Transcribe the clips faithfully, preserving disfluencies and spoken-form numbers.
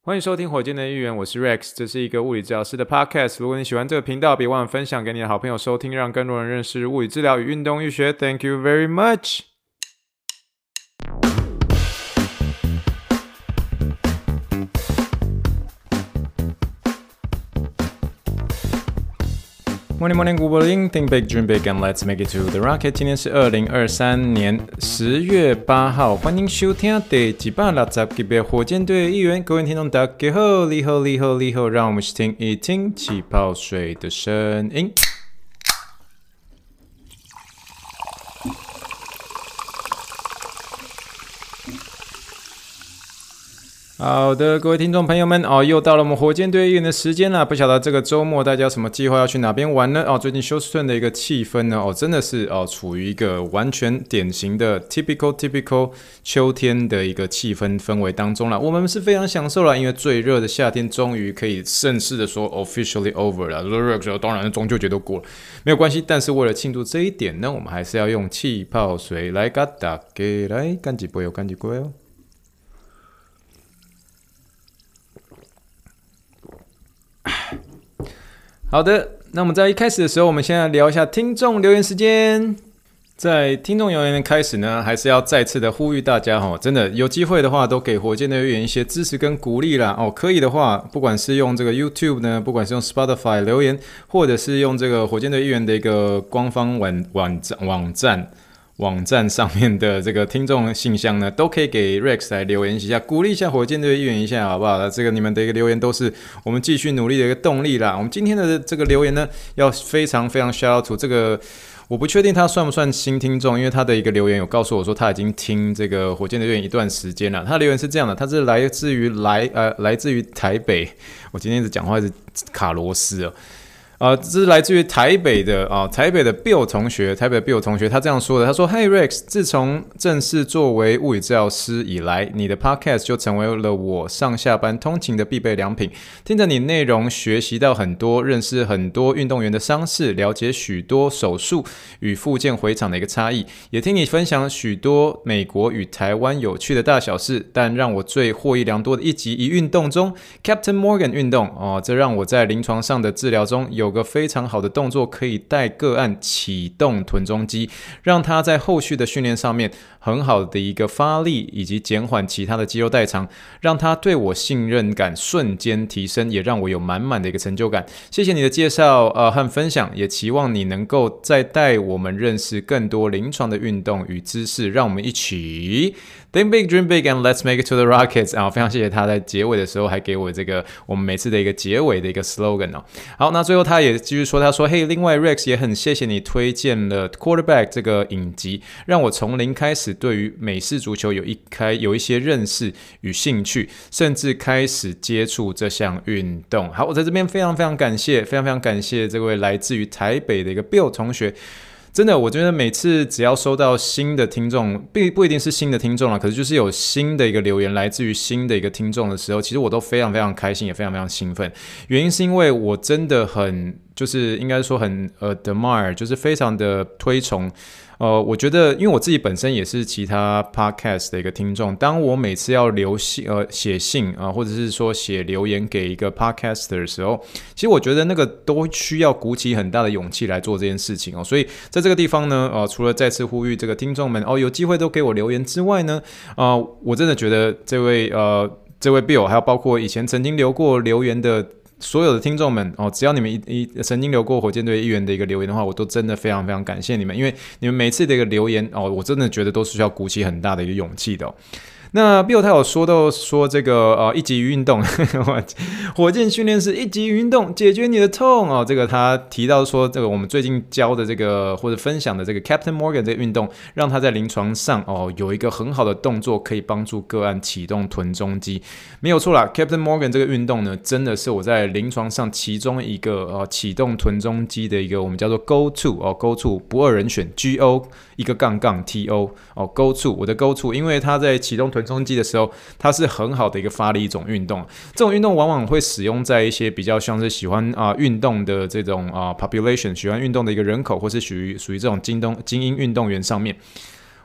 欢迎收听火箭的议员，我是 Rex， 这是一个物理治疗师的 podcast。如果你喜欢这个频道，别忘了分享给你的好朋友收听，让更多人认识物理治疗与运动医学。Thank you very much。Morning, morning, good morning. Think big, dream big, and let's make it to the rocket. 今天是二零二三年十月八号，欢迎收听第一百六十集的火箭队议员。各位听众大家好，你好，你好，你好，让我们去听一听气泡水的声音。好的，各位听众朋友们哦，又到了我们火箭队议员的时间了。不晓得这个周末大家有什么计划要去哪边玩呢？哦，最近休斯顿的一个气氛呢，哦，真的是哦，处于一个完全典型的 typical typical 秋天的一个气氛氛围当中了。我们是非常享受了，因为最热的夏天终于可以正式的说 officially over 了。当然，中秋节都过了，没有关系。但是为了庆祝这一点呢，我们还是要用气泡水来给大家来干几杯哦，干几杯哦。好的，那我们在一开始的时候，我们先来聊一下听众留言时间。在听众留言的开始呢，还是要再次的呼吁大家齁，真的有机会的话，都给火箭队议员一些支持跟鼓励啦。哦，可以的话，不管是用这个 YouTube 呢，不管是用 Spotify 留言，或者是用这个火箭队议员的一个官方网网网站。网站上面的这个听众信箱呢，都可以给 Rex 来留言一下，鼓励一下火箭队议员一下，好不好？这个你们的一个留言都是我们继续努力的一个动力啦。我们今天的这个留言呢，要非常非常 shout out to 这个，我不确定他算不算新听众，因为他的一个留言有告诉我说他已经听这个火箭队议员一段时间了。他的留言是这样的，他是来自于来呃来自于台北，我今天一直讲话是卡螺丝哦。呃，这是来自于台北的啊、呃，台北的 Bill 同学，台北的 Bill 同学，他这样说的，他说 ：“Hey Rex， 自从正式作为物理治疗师以来，你的 Podcast 就成为了我上下班通勤的必备良品。听着你内容，学习到很多，认识很多运动员的伤势，了解许多手术与复健回场的一个差异，也听你分享许多美国与台湾有趣的大小事。但让我最获益良多的一集一运动中 ，Captain Morgan 运动哦，这让我在临床上的治疗中有。”有个非常好的动作可以带个案启动臀中肌，让他在后续的训练上面很好的一个发力，以及减缓其他的肌肉代偿，让他对我信任感瞬间提升，也让我有满满的一个成就感。谢谢你的介绍呃和分享，也期望你能够再带我们认识更多临床的运动与知识，让我们一起 Think big, dream big, and let's make it to the rockets 啊！非常谢谢他在结尾的时候还给我这个我们每次的一个结尾的一个 slogan 哦。好，那最后他也继续说，他说：“嘿，另外 Rex 也很谢谢你推荐了 Quarterback 这个影集，让我从零开始对于美式足球有一开有一些认识与兴趣，甚至开始接触这项运动。”好，我在这边非常非常感谢，非常非常感谢这位来自于台北的一个 Bill 同学。真的，我觉得每次只要收到新的听众，不不一定是新的听众啦，可是就是有新的一个留言来自于新的一个听众的时候，其实我都非常非常开心，也非常非常兴奋。原因是因为我真的很，就是应该说很呃 admire， 就是非常的推崇。呃，我觉得，因为我自己本身也是其他 podcast 的一个听众，当我每次要留信、呃写信啊、呃，或者是说写留言给一个 podcaster 的时候，其实我觉得那个都需要鼓起很大的勇气来做这件事情哦。所以在这个地方呢，呃，除了再次呼吁这个听众们哦，有机会都给我留言之外呢，呃，我真的觉得这位呃这位 Bill， 还有包括以前曾经留过留言的。所有的听众们哦，只要你们一一曾经留过火箭队议员的一个留言的话，我都真的非常非常感谢你们，因为你们每次的一个留言哦，我真的觉得都是需要鼓起很大的一个勇气的哦。那 Bill 他有说到说这个呃一级运动，火箭训练室一级运动解决你的痛哦。这个他提到说，这个我们最近教的这个或者分享的这个 Captain Morgan 这个运动，让他在临床上哦有一个很好的动作，可以帮助个案启动臀中肌，没有错啦。Captain Morgan 这个运动呢，真的是我在临床上其中一个呃启动臀中肌的一个我们叫做 Go To 哦 Go To 不二人选 G O 一个杠杠 T O 哦 Go To 我的 Go To， 因为他在启动臀中肌的时候，它是很好的一个发力一种运动。这种运动往往会使用在一些比较像是喜欢啊、呃、运动的这种啊、呃、population， 喜欢运动的一个人口，或是属于属于这种精英精英运动员上面。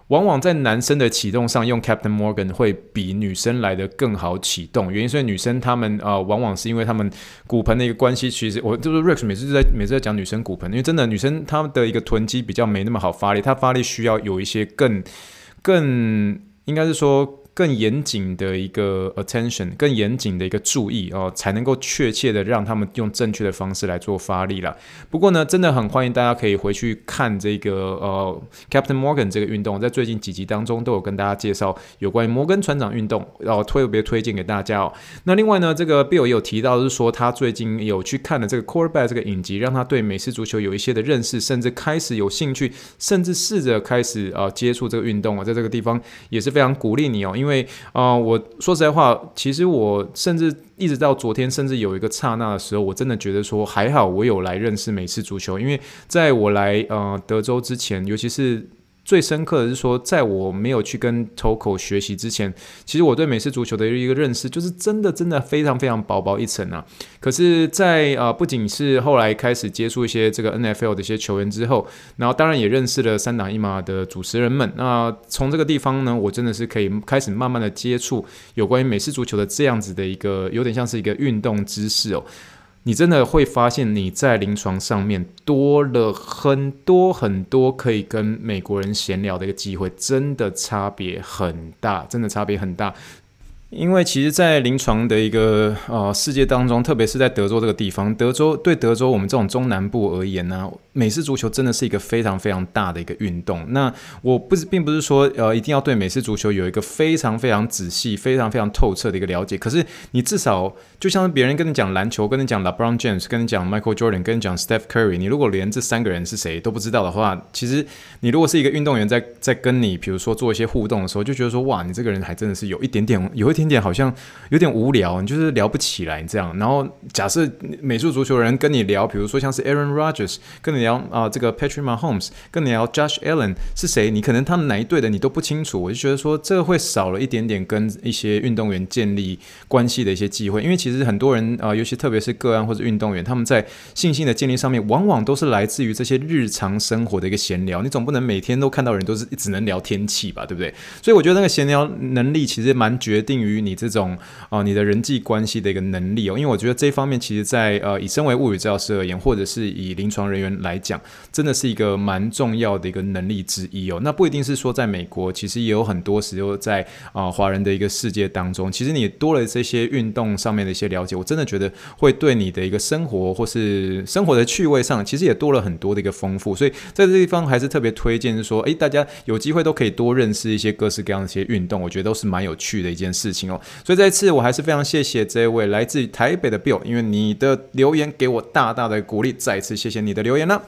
往往在男生的启动上用 Captain Morgan 会比女生来的更好启动，原因是女生她们呃往往是因为她们骨盆的一个关系，其实我就是 Rex 每次在每次在讲女生骨盆，因为真的女生她们的一个臀肌比较没那么好发力，她发力需要有一些更更应该是说更严谨的一个 attention， 更严谨的一个注意哦，才能够确切的让他们用正确的方式来做发力啦。不过呢，真的很欢迎大家可以回去看这个呃 Captain Morgan 这个运动，在最近几集当中都有跟大家介绍有关于摩根船长运动，然后特别推荐给大家哦。那另外呢，这个 Bill 也有提到，是说他最近有去看了这个 Quarterback 这个影集，让他对美式足球有一些的认识，甚至开始有兴趣，甚至试着开始呃接触这个运动哦。在这个地方也是非常鼓励你哦，因为因为啊、呃，我说实在话，其实我甚至一直到昨天，甚至有一个刹那的时候，我真的觉得说还好，我有来认识美式足球。因为在我来呃德州之前，尤其是最深刻的是说，在我没有去跟 Toko 学习之前，其实我对美式足球的一个认识就是真的真的非常非常薄薄一层啊。可是在，在呃不仅是后来开始接触一些这个 N F L 的一些球员之后，然后当然也认识了三档一码的主持人们。那从这个地方呢，我真的是可以开始慢慢的接触有关于美式足球的这样子的一个有点像是一个运动知识哦。你真的会发现你在临床上面多了很多很多可以跟美国人闲聊的一个机会，真的差别很大，真的差别很大。因为其实在临床的一个呃世界当中，特别是在德州这个地方，德州对德州我们这种中南部而言呢、啊，美式足球真的是一个非常非常大的一个运动。那我不是并不是说呃一定要对美式足球有一个非常非常仔细、非常非常透彻的一个了解，可是你至少就像是别人跟你讲篮球，跟你讲 LeBron James， 跟你讲 Michael Jordan， 跟你讲 Steph Curry， 你如果连这三个人是谁都不知道的话，其实你如果是一个运动员在在跟你比如说做一些互动的时候，就觉得说哇，你这个人还真的是有一点点有一点点好像有点无聊，你就是聊不起来这样。然后假设美式足球人跟你聊，比如说像是 Aaron Rodgers， 跟你聊啊、呃、这个 Patrick Mahomes， 跟你聊 Josh Allen 是谁，你可能他们哪一队的你都不清楚。我就觉得说这个会少了一点点跟一些运动员建立关系的一些机会，因为其实很多人啊、呃，尤其特别是个案或者运动员，他们在信心的建立上面，往往都是来自于这些日常生活的一个闲聊。你总不能每天都看到人都是只能聊天气吧，对不对？所以我觉得那个闲聊能力其实蛮决定于你这种啊、呃、你的人际关系的一个能力哦。因为我觉得这一方面其实在呃以身为物理治疗师而言，或者是以临床人员来讲，真的是一个蛮重要的一个能力之一哦。那不一定是说在美国，其实也有很多时候在啊华、呃、人的一个世界当中，其实你多了这些运动上面的一些了解，我真的觉得会对你的一个生活或是生活的趣味上，其实也多了很多的一个丰富。所以在这地方还是特别推荐说，哎，大家有机会都可以多认识一些各式各样的一些运动，我觉得都是蛮有趣的一件事情哦。所以这一次我还是非常谢谢这位来自于台北的 Bill， 因为你的留言给我大大的鼓励，再一次谢谢你的留言啦。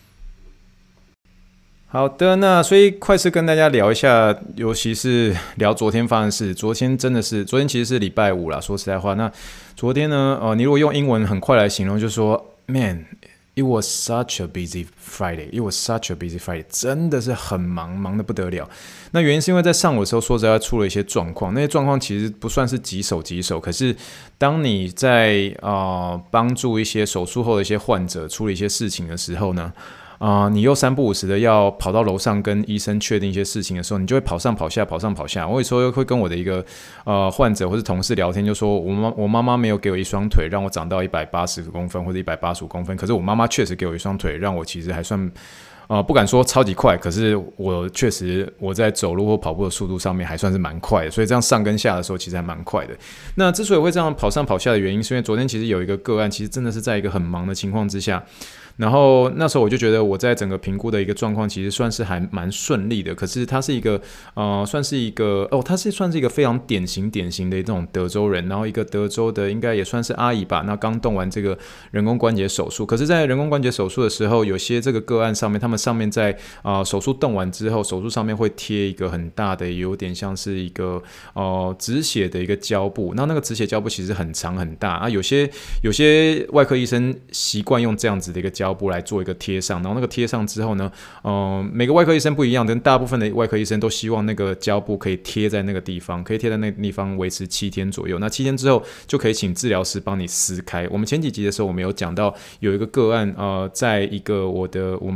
好的，那所以快速跟大家聊一下，尤其是聊昨天发生的事。昨天真的是，昨天其实是礼拜五啦。说实在话，那昨天呢，呃，你如果用英文很快来形容，就说 ，Man，it was such a busy Friday. It was such a busy Friday. 真的是很忙，忙得不得了。那原因是因为在上午的时候，说实在出了一些状况。那些状况其实不算是棘手棘手，可是当你在呃帮助一些手术后的一些患者处理一些事情的时候呢？啊、呃，你又三不五时的要跑到楼上跟医生确定一些事情的时候，你就会跑上跑下，跑上跑下。我有时候会跟我的一个呃患者或是同事聊天，就说我妈我妈妈没有给我一双腿，让我长到一百八十公分或者一百八十五公分，可是我妈妈确实给我一双腿，让我其实还算。呃，不敢说超级快，可是我确实我在走路或跑步的速度上面还算是蛮快的，所以这样上跟下的时候其实还蛮快的。那之所以会这样跑上跑下的原因，是因为昨天其实有一个个案，其实真的是在一个很忙的情况之下。然后那时候我就觉得我在整个评估的一个状况其实算是还蛮顺利的，可是他是一个呃算是一个哦，他是算是一个非常典型典型的这种德州人，然后一个德州的应该也算是阿姨吧，那刚动完这个人工关节手术，可是在人工关节手术的时候，有些这个个案上面，他们上面在啊、呃、手术动完之后，手术上面会贴一个很大的有点像是一个呃止血的一个胶布，那那个止血胶布其实很长很大啊，有些有些外科医生习惯用这样子的一个胶布来做一个贴上，然后那个贴上之后呢，呃，每个外科医生不一样，但大部分的外科医生都希望那个胶布可以贴在那个地方，可以贴在那个地方维持七天左右。那七天之后就可以请治疗师帮你撕开。我们前几集的时候，我们有讲到有一个个案，呃，在一个我的我们的一个学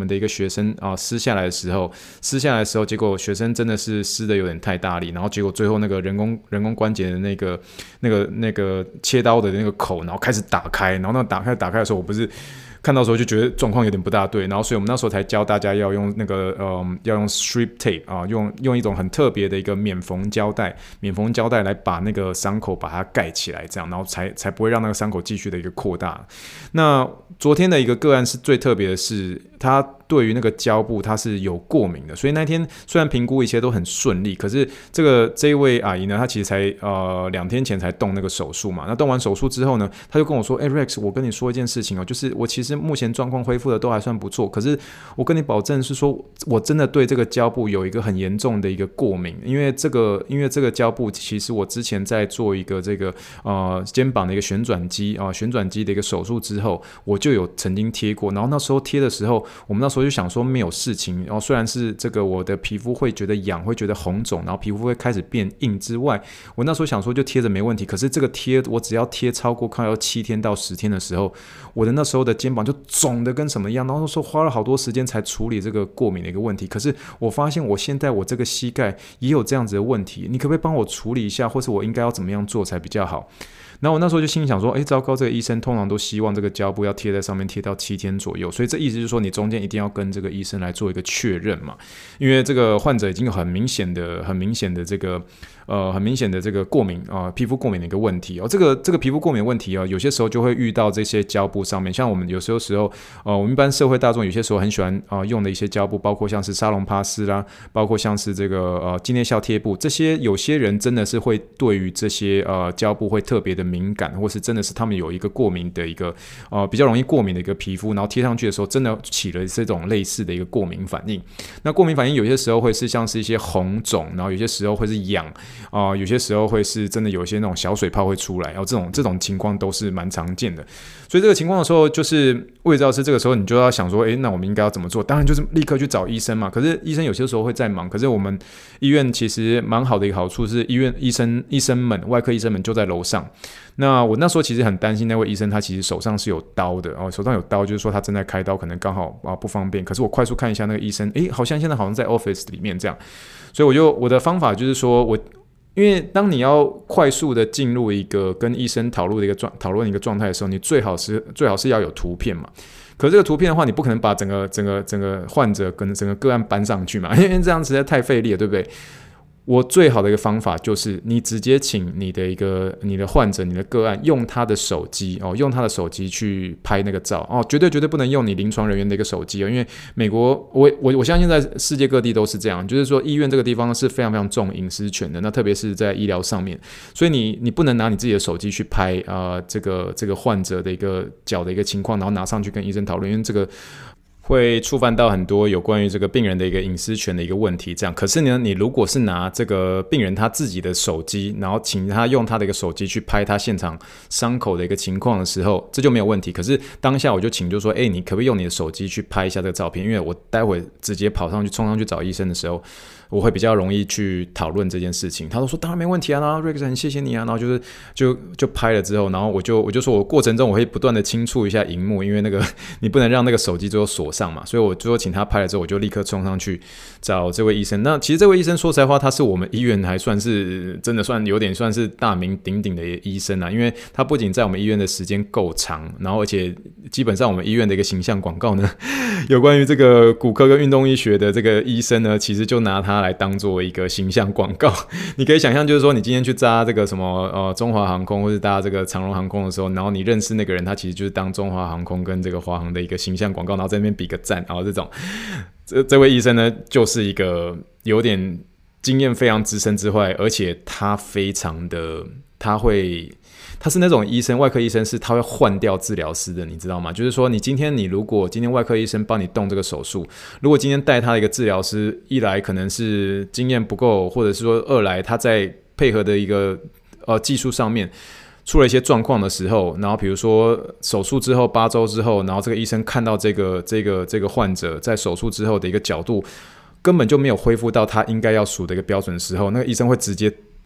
学生啊、呃、撕下来的时候，撕下来的时候，结果学生真的是撕的有点太大力，然后结果最后那个人工人工关节的那个那个那个切刀的那个口，然后开始打开，然后那个打开打开的时候，我不是。看到的时候就觉得状况有点不大对，然后所以我们那时候才教大家要用那个呃要用 strip tape 啊，用用一种很特别的一个免缝胶带，免缝胶带来把那个伤口把它盖起来，这样，然后才才不会让那个伤口继续的一个扩大。那昨天的一个个案是最特别的是，他对于那个胶布他是有过敏的，所以那天虽然评估一切都很顺利，可是这个这一位阿姨呢，她其实才呃两天前才动那个手术嘛。那动完手术之后呢，她就跟我说：“哎、欸、，Rex， 我跟你说一件事情哦，就是我其实目前状况恢复的都还算不错，可是我跟你保证是说，我真的对这个胶布有一个很严重的一个过敏，因为这个因为这个胶布其实我之前在做一个这个呃肩膀的一个旋转肌啊、呃、旋转肌的一个手术之后，我就有曾经贴过，然后那时候贴的时候，我们那时候就想说没有事情，然后虽然是这个我的皮肤会觉得痒，会觉得红肿，然后皮肤会开始变硬之外，我那时候想说就贴着没问题，可是这个贴我只要贴超过快要七天到十天的时候，我的那时候的肩膀就肿的跟什么一样，然后那时候花了好多时间才处理这个过敏的一个问题。可是我发现我现在我这个膝盖也有这样子的问题，你可不可以帮我处理一下，或是我应该要怎么样做才比较好？然后我那时候就心里想说，哎，糟糕，这个医生通常都希望这个胶布要贴在上面贴到七天左右，所以这意思就是说你中间一定要跟这个医生来做一个确认嘛，因为这个患者已经有很明显的、很明显的这个呃很明显的这个过敏啊、呃，皮肤过敏的一个问题哦。这个这个皮肤过敏的问题哦，有些时候就会遇到这些胶布上面，像我们有时候时候呃，我们一般社会大众有些时候很喜欢啊、呃、用的一些胶布，包括像是沙龙帕斯啦，包括像是这个呃纪念效贴布，这些有些人真的是会对于这些呃胶布会特别的敏感，或是真的是他们有一个过敏的一个呃比较容易过敏的一个皮肤，然后贴上去的时候真的起了这种类似的一个过敏反应。那过敏反应有些时候会是像是一些红肿，然后有些时候会是痒啊、呃，有些时候会是真的有一些那种小水泡会出来，然后这种这种情况都是蛮常见的。所以这个情况的时候，就是物理治疗师这个时候你就要想说，诶，那我们应该要怎么做？当然就是立刻去找医生嘛。可是医生有些时候会在忙，可是我们医院其实蛮好的一个好处是，医院医生医生们外科医生们就在楼上。那我那时候其实很担心那位医生，他其实手上是有刀的哦，手上有刀，就是说他正在开刀，可能刚好啊不方便。可是我快速看一下那个医生，诶，好像现在好像在 office 里面这样，所以我就我的方法就是说我。因为当你要快速的进入一个跟医生讨论的一个状讨论一个状态的时候，你最好是最好是要有图片嘛。可这个图片的话，你不可能把整个整个整个患者跟整个个案搬上去嘛，因为这样实在太费力了，对不对？我最好的一个方法就是你直接请你的一个你的患者你的个案用他的手机哦，用他的手机去拍那个照哦，绝对绝对不能用你临床人员的一个手机哦，因为美国我我我相信在世界各地都是这样，就是说医院这个地方是非常非常重隐私权的，那特别是在医疗上面，所以你你不能拿你自己的手机去拍啊、呃、这个这个患者的一个脚的一个情况，然后拿上去跟医生讨论，因为这个。会触犯到很多有关于这个病人的一个隐私权的一个问题，这样。可是呢，你如果是拿这个病人他自己的手机，然后请他用他的一个手机去拍他现场伤口的一个情况的时候，这就没有问题。可是当下我就请就说，哎，你可不可以用你的手机去拍一下这个照片？因为我待会直接跑上去冲上去找医生的时候，我会比较容易去讨论这件事情。他都说当然没问题啊，然后 Rex 很谢谢你啊，然后就是就就拍了之后，然后我就我就说我过程中我会不断的轻触一下荧幕，因为那个你不能让那个手机最后锁上嘛，所以我最后请他拍了之后，我就立刻冲上去找这位医生。那其实这位医生说实在话，他是我们医院还算是真的算有点算是大名鼎鼎的医生啊，因为他不仅在我们医院的时间够长，然后而且基本上我们医院的一个形象广告呢，有关于这个骨科跟运动医学的这个医生呢，其实就拿他来当做一个形象广告。你可以想象，就是说你今天去搭这个什么呃中华航空或是搭这个长荣航空的时候，然后你认识那个人，他其实就是当中华航空跟这个华航的一个形象广告，然后在那边比个赞，然后这种这这位医生呢，就是一个有点经验非常资深之外，而且他非常的他会。他是那种医生，外科医生是他会换掉治疗师的，你知道吗？就是说，你今天你如果今天外科医生帮你动这个手术，如果今天带他的一个治疗师，一来可能是经验不够，或者是说二来他在配合的一个呃技术上面出了一些状况的时候，然后比如说手术之后八周之后，然后这个医生看到这个这个这个患者在手术之后的一个角度根本就没有恢复到他应该要数的一个标准的时候，那个医生会直接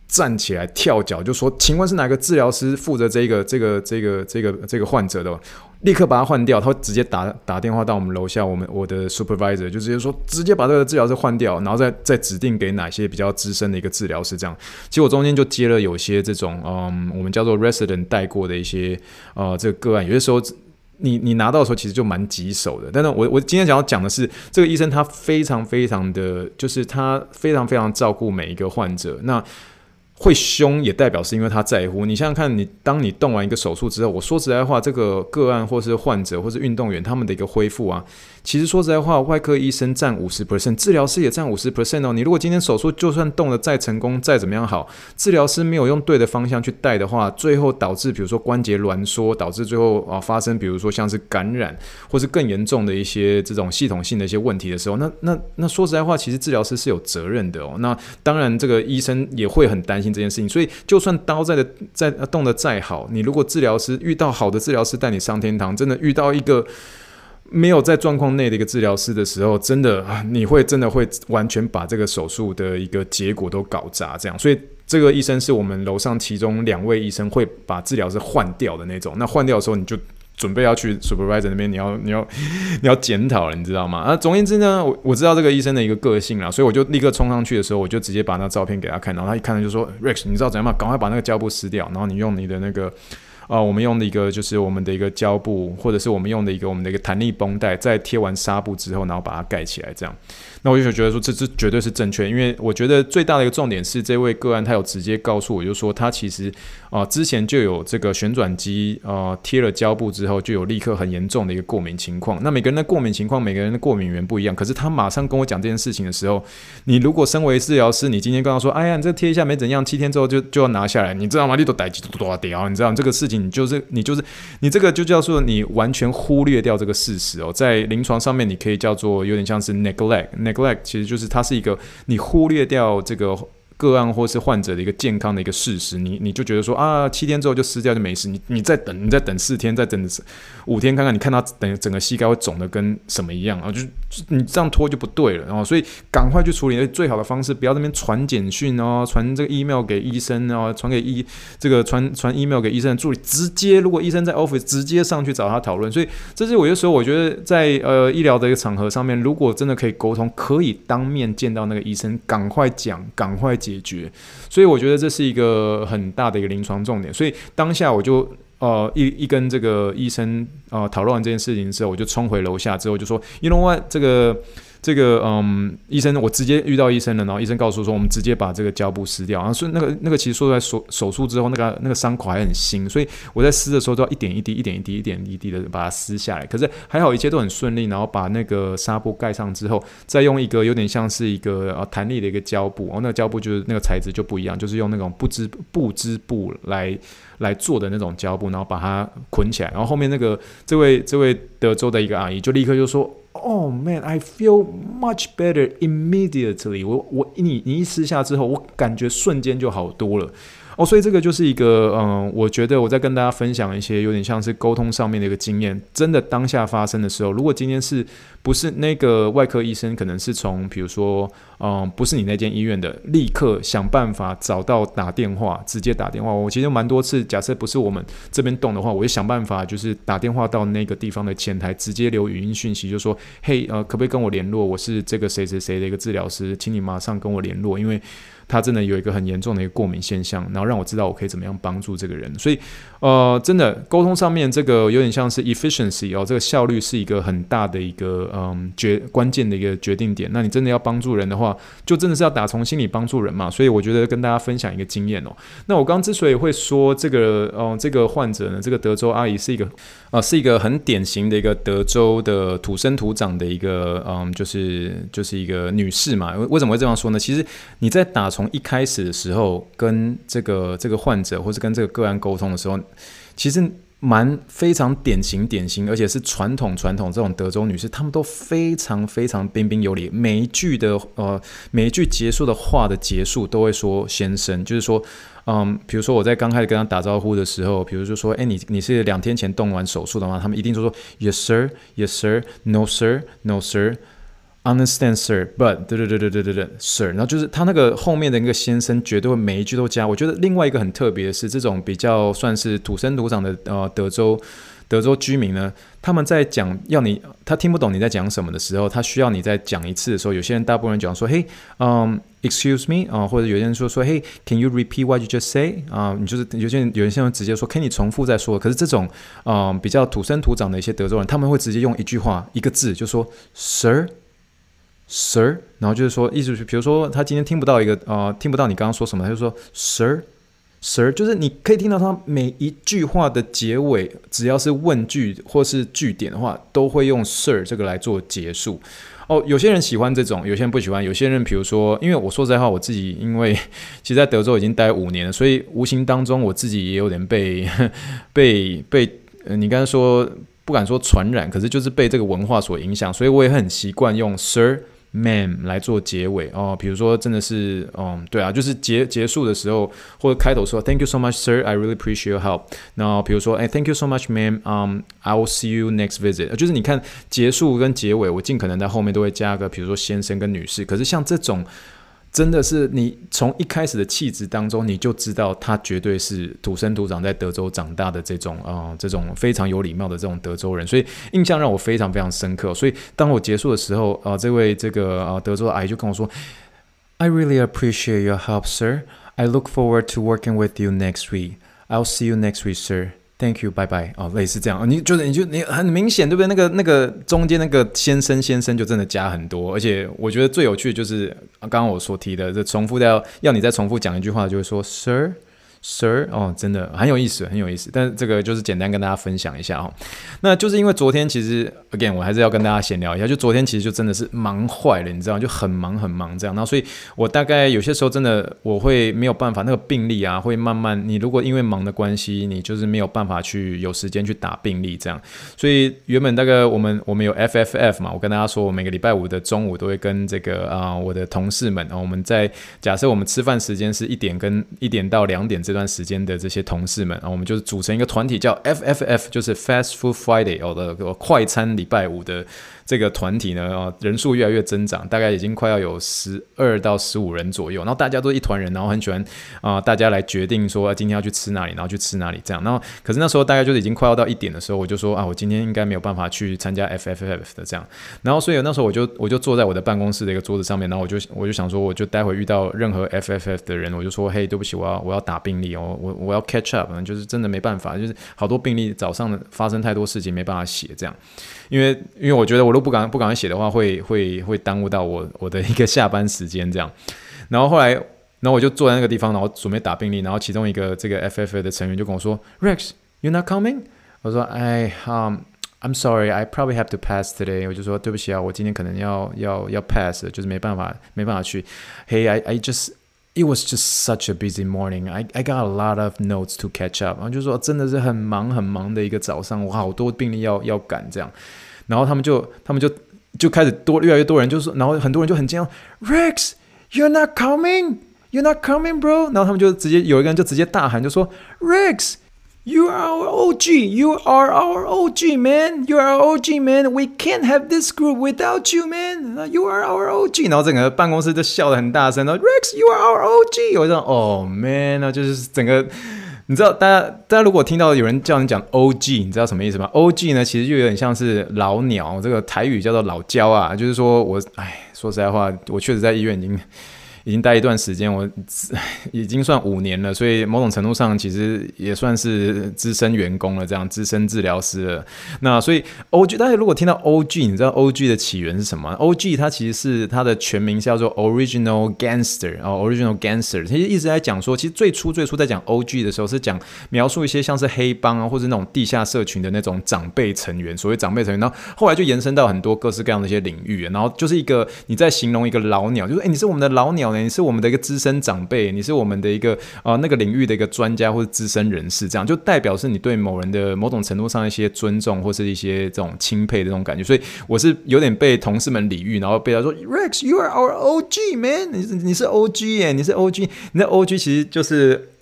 站起来跳脚，就说：“请问是哪个治疗师负责这个这个这个这个这个患者的？”立刻把他换掉，他会直接打打电话到我们楼下，我们我的 supervisor 就直接说，直接把这个治疗师换掉，然后再再指定给哪些比较资深的一个治疗师这样。其实我中间就接了有些这种嗯，我们叫做 resident 带过的一些呃这个个案，有些时候你你拿到的时候其实就蛮棘手的。但是我我今天想要讲的是，这个医生他非常非常的，就是他非常非常照顾每一个患者。那会凶也代表是因为他在乎。你想想看，你当你动完一个手术之后，我说实在话，这个个案或是患者或是运动员他们的一个恢复啊，其实说实在话，外科医生占 百分之五十， 治疗师也占 百分之五十 哦。你如果今天手术就算动得再成功再怎么样好，治疗师没有用对的方向去带的话，最后导致比如说关节挛缩，导致最后啊发生比如说像是感染或是更严重的一些这种系统性的一些问题的时候，那那那说实在话，其实治疗师是有责任的哦。那当然这个医生也会很担心这件事情，所以就算刀在的在动得再好，你如果治疗师遇到好的治疗师带你上天堂，真的遇到一个没有在状况内的一个治疗师的时候，真的你会真的会完全把这个手术的一个结果都搞砸这样。所以这个医生是我们楼上其中两位医生会把治疗师换掉的那种。那换掉的时候，你就准备要去 supervisor 那边，你要你要你要检讨了，你知道吗？啊，总而言之呢，我我知道这个医生的一个个性啦，所以我就立刻冲上去的时候，我就直接把那照片给他看，然后他一看就说 Rex， 你知道怎样吗？赶快把那个胶布撕掉，然后你用你的那个。呃，我们用的一个就是我们的一个胶布，或者是我们用的一个我们的一个弹力绷带，在贴完纱布之后，然后把它盖起来，这样。那我就觉得说这这绝对是正确，因为我觉得最大的一个重点是，这位个案他有直接告诉我，就说他其实呃之前就有这个旋转机呃贴了胶布之后，就有立刻很严重的一个过敏情况。那每个人的过敏情况，每个人的过敏源不一样，可是他马上跟我讲这件事情的时候，你如果身为治疗师，你今天跟他说，哎呀，你这贴一下没怎样，七天之后就就要拿下来，你知道吗？你都逮几多多掉，你知道这个事情，你就是你就是你这个就叫做你完全忽略掉这个事实哦，在临床上面你可以叫做有点像是 neglect neglect， 其实就是它是一个你忽略掉这个个案或是患者的一个健康的一个事实，你你就觉得说啊，七天之后就撕掉就没事，你你再等，你再等四天，再等五天看看，你看他等整个膝盖会肿的跟什么一样啊？就你这样拖就不对了，然后所以赶快去处理。最好的方式，不要在那边传简讯哦，传这个 email 给医生哦，传给医这个传传 email 给医生的助理，直接如果医生在 office 直接上去找他讨论。所以这是我有时候我觉得在呃医疗的一个场合上面，如果真的可以沟通，可以当面见到那个医生，赶快讲，赶快讲。解决，所以我觉得这是一个很大的一个临床重点。所以当下我就呃一一跟这个医生呃讨论完这件事情之后，我就冲回楼下之后就说 ，You know what， 这个。这个嗯，医生，我直接遇到医生了，然后医生告诉我说，我们直接把这个胶布撕掉。然后所以那个那个其实说出来手手术之后，那个那个伤口还很新，所以我在撕的时候都要一点一滴、一点一滴、一点一滴的把它撕下来。可是还好一切都很顺利，然后把那个纱布盖上之后，再用一个有点像是一个呃弹力的一个胶布，哦，那个胶布就是那个材质就不一样，就是用那种不织布织布来来做的那种胶布，然后把它捆起来。然后后面那个这位这位德州的一个阿姨就立刻就说。Oh man, I feel much better immediately. 我我你你一撕下之后，我感觉瞬间就好多了。哦，所以这个就是一个，嗯，我觉得我在跟大家分享一些有点像是沟通上面的一个经验。真的当下发生的时候，如果今天是不是那个外科医生，可能是从比如说，嗯，不是你那间医院的，立刻想办法找到打电话，直接打电话。我其实蛮多次，假设不是我们这边动的话，我就想办法就是打电话到那个地方的前台，直接留语音讯息，就说，嘿，呃，可不可以跟我联络？我是这个谁谁谁的一个治疗师，请你马上跟我联络，因为。他真的有一个很严重的一个过敏现象，然后让我知道我可以怎么样帮助这个人。所以，呃，真的沟通上面这个有点像是 efficiency 哦，这个效率是一个很大的一个嗯决关键的一个决定点。那你真的要帮助人的话，就真的是要打从心里帮助人嘛。所以我觉得跟大家分享一个经验哦。那我刚刚之所以会说这个哦、呃、这个患者呢，这个德州阿姨是一个啊、呃、是一个很典型的一个德州的土生土长的一个嗯就是就是一个女士嘛。为什么会这样说呢？其实你在打从一开始的时候，跟这个这个患者或是跟这个个案沟通的时候，其实蛮非常典型典型，而且是传统传统这种德州女士，她们都非常非常彬彬有礼，每一句的呃每一句结束的话的结束都会说先生，就是说。嗯，比如说我在刚开始跟他打招呼的时候，比如说，哎，你你是两天前动完手术的吗？他们一定就说 Yes sir, Yes sir, No sir, No sir。 understand sir but 对对对对对对对 sir， 然后就是他那个后面的那个先生绝对会每一句都加。我觉得另外一个很特别的是，这种比较算是土生土长的呃德州德州居民呢，他们在讲要你他听不懂你在讲什么的时候，他需要你再讲一次的时候，有些人大部分人讲说嘿嗯、um, excuse me 啊、呃，或者有些人说说嘿 can you repeat what you just say 啊、呃，你就是有些人有些人直接说可以你重复再说。可是这种嗯、呃、比较土生土长的一些德州人，他们会直接用一句话一个字就说 sir Sir， 然后就是说，意思是，比如说他今天听不到一个呃，听不到你刚刚说什么，他就说 Sir，Sir， 就是你可以听到他每一句话的结尾，只要是问句或是句点的话，都会用 Sir 这个来做结束。哦，有些人喜欢这种，有些人不喜欢。有些人，比如说，因为我说实在话，我自己因为其实在德州已经待五年了，所以无形当中我自己也有点被被被、呃、你刚才说不敢说传染，可是就是被这个文化所影响，所以我也很习惯用 Sir。Ma'am 来做结尾哦，比如说真的是，嗯，对啊，就是结结束的时候或者开头说 Thank you so much, sir. I really appreciate your help. 然后比如说，哎 ，Thank you so much, ma'am. Um, I will see you next visit. 就是你看结束跟结尾，我尽可能在后面都会加个，比如说先生跟女士。可是像这种。真的是你从一开始的气质当中，你就知道他绝对是土生土长在德州长大的这种呃这种非常有礼貌的这种德州人，所以印象让我非常非常深刻。所以当我结束的时候，呃，这位这个呃德州的阿姨就跟我说 ，I really appreciate your help, sir. I look forward to working with you next week. I'll see you next week, sir.Thank you, bye bye. 哦，类似这样，你就是你就你很明显，对不对？那个那个中间那个先生先生就真的加很多，而且我觉得最有趣的就是刚刚我所提的，这重复的要要你再重复讲一句话，就会说 Sir。Sir， 哦，真的很有意思，很有意思。但是这个就是简单跟大家分享一下哦。那就是因为昨天其实 ，again， 我还是要跟大家闲聊一下。就昨天其实就真的是忙坏了，你知道，就很忙很忙这样。然后所以我大概有些时候真的我会没有办法，那个病历啊会慢慢，你如果因为忙的关系，你就是没有办法去有时间去打病历这样。所以原本大概我们我们有 F F F 嘛，我跟大家说，我每个礼拜五的中午都会跟这个啊、呃、我的同事们，我们在假设我们吃饭时间是一点跟一点到两点。这段时间的这些同事们，我们就是组成一个团体，叫 F F F， 就是 Fast Food Friday 哦的快餐礼拜五的这个团体呢，人数越来越增长，大概已经快要有十二到十五人左右。然后大家都一团人，然后很喜欢啊、呃，大家来决定说、啊、今天要去吃哪里，然后去吃哪里这样。然后可是那时候大概就是已经快要到一点的时候，我就说啊，我今天应该没有办法去参加 F F F 的这样。然后所以那时候我就我就坐在我的办公室的一个桌子上面，然后我就我就想说，我就待会遇到任何 F F F 的人，我就说嘿，对不起，我要我要打病历哦，我我要 catch up， 就是真的没办法，就是好多病历早上发生太多事情没办法写这样。因为因为我觉得我都不敢不敢写的话会会会耽误到我我的一个下班时间这样。然后后来，然后我就坐在那个地方，然后准备打病历，然后其中一个这个 F F F 的成员就跟我说 ，Rex, you're not coming？ 我说，哎，嗯。I'm sorry, I probably have to pass today. 我就说对不起啊，我今天可能要要要 pass， 就是没办法没办法去。Hey, I I just it was just such a busy morning. I I got a lot of notes to catch up. 然后就说真的是很忙很忙的一个早上，我好多病历要要赶这样。然后他们就他们就就开始多越来越多人，就是然后很多人就很惊讶 ，Rex, you're not coming, you're not coming, bro. 然后他们就直接有一个人就直接大喊，就说 Rex.You are our O G. You are our O G, man. You are our O G, man. We can't have this group without you, man. You are our O G. 然后整个办公室就笑得很大声，然后 Rex, you are our O G. 我就说 Oh man， 那就是整个，你知道，大家大家如果听到有人叫你讲 O G， 你知道什么意思吗 ？O G 呢，其实就有点像是老鸟，这个台语叫做老焦啊，就是说我，哎，说实在话，我确实在医院已经。已经待一段时间，我已经算五年了，所以某种程度上其实也算是资深员工了，这样资深治疗师了。那所以 O G， 大家如果听到 O G， 你知道 O G 的起源是什么 ？O G 它其实是它的全名叫做 Original Gangster 哦 ，Original Gangster， 其实一直在讲说，其实最初最初在讲 O G 的时候是讲描述一些像是黑帮啊，或者那种地下社群的那种长辈成员，所谓长辈成员。然后后来就延伸到很多各式各样的一些领域，然后就是一个你在形容一个老鸟，就是哎、欸，你是我们的老鸟。你是我们的一个资深长辈，你是我们的一个呃那个领域的一个专家或者资深人士，这样就代表是你对某人的某种程度上一些尊重或是一些这种钦佩的这种感觉。所以我是有点被同事们礼遇，然后被他说 Rex, you are our O G, man， 你是你是 O G 耶，你是 O G， 你的 O G 其实就是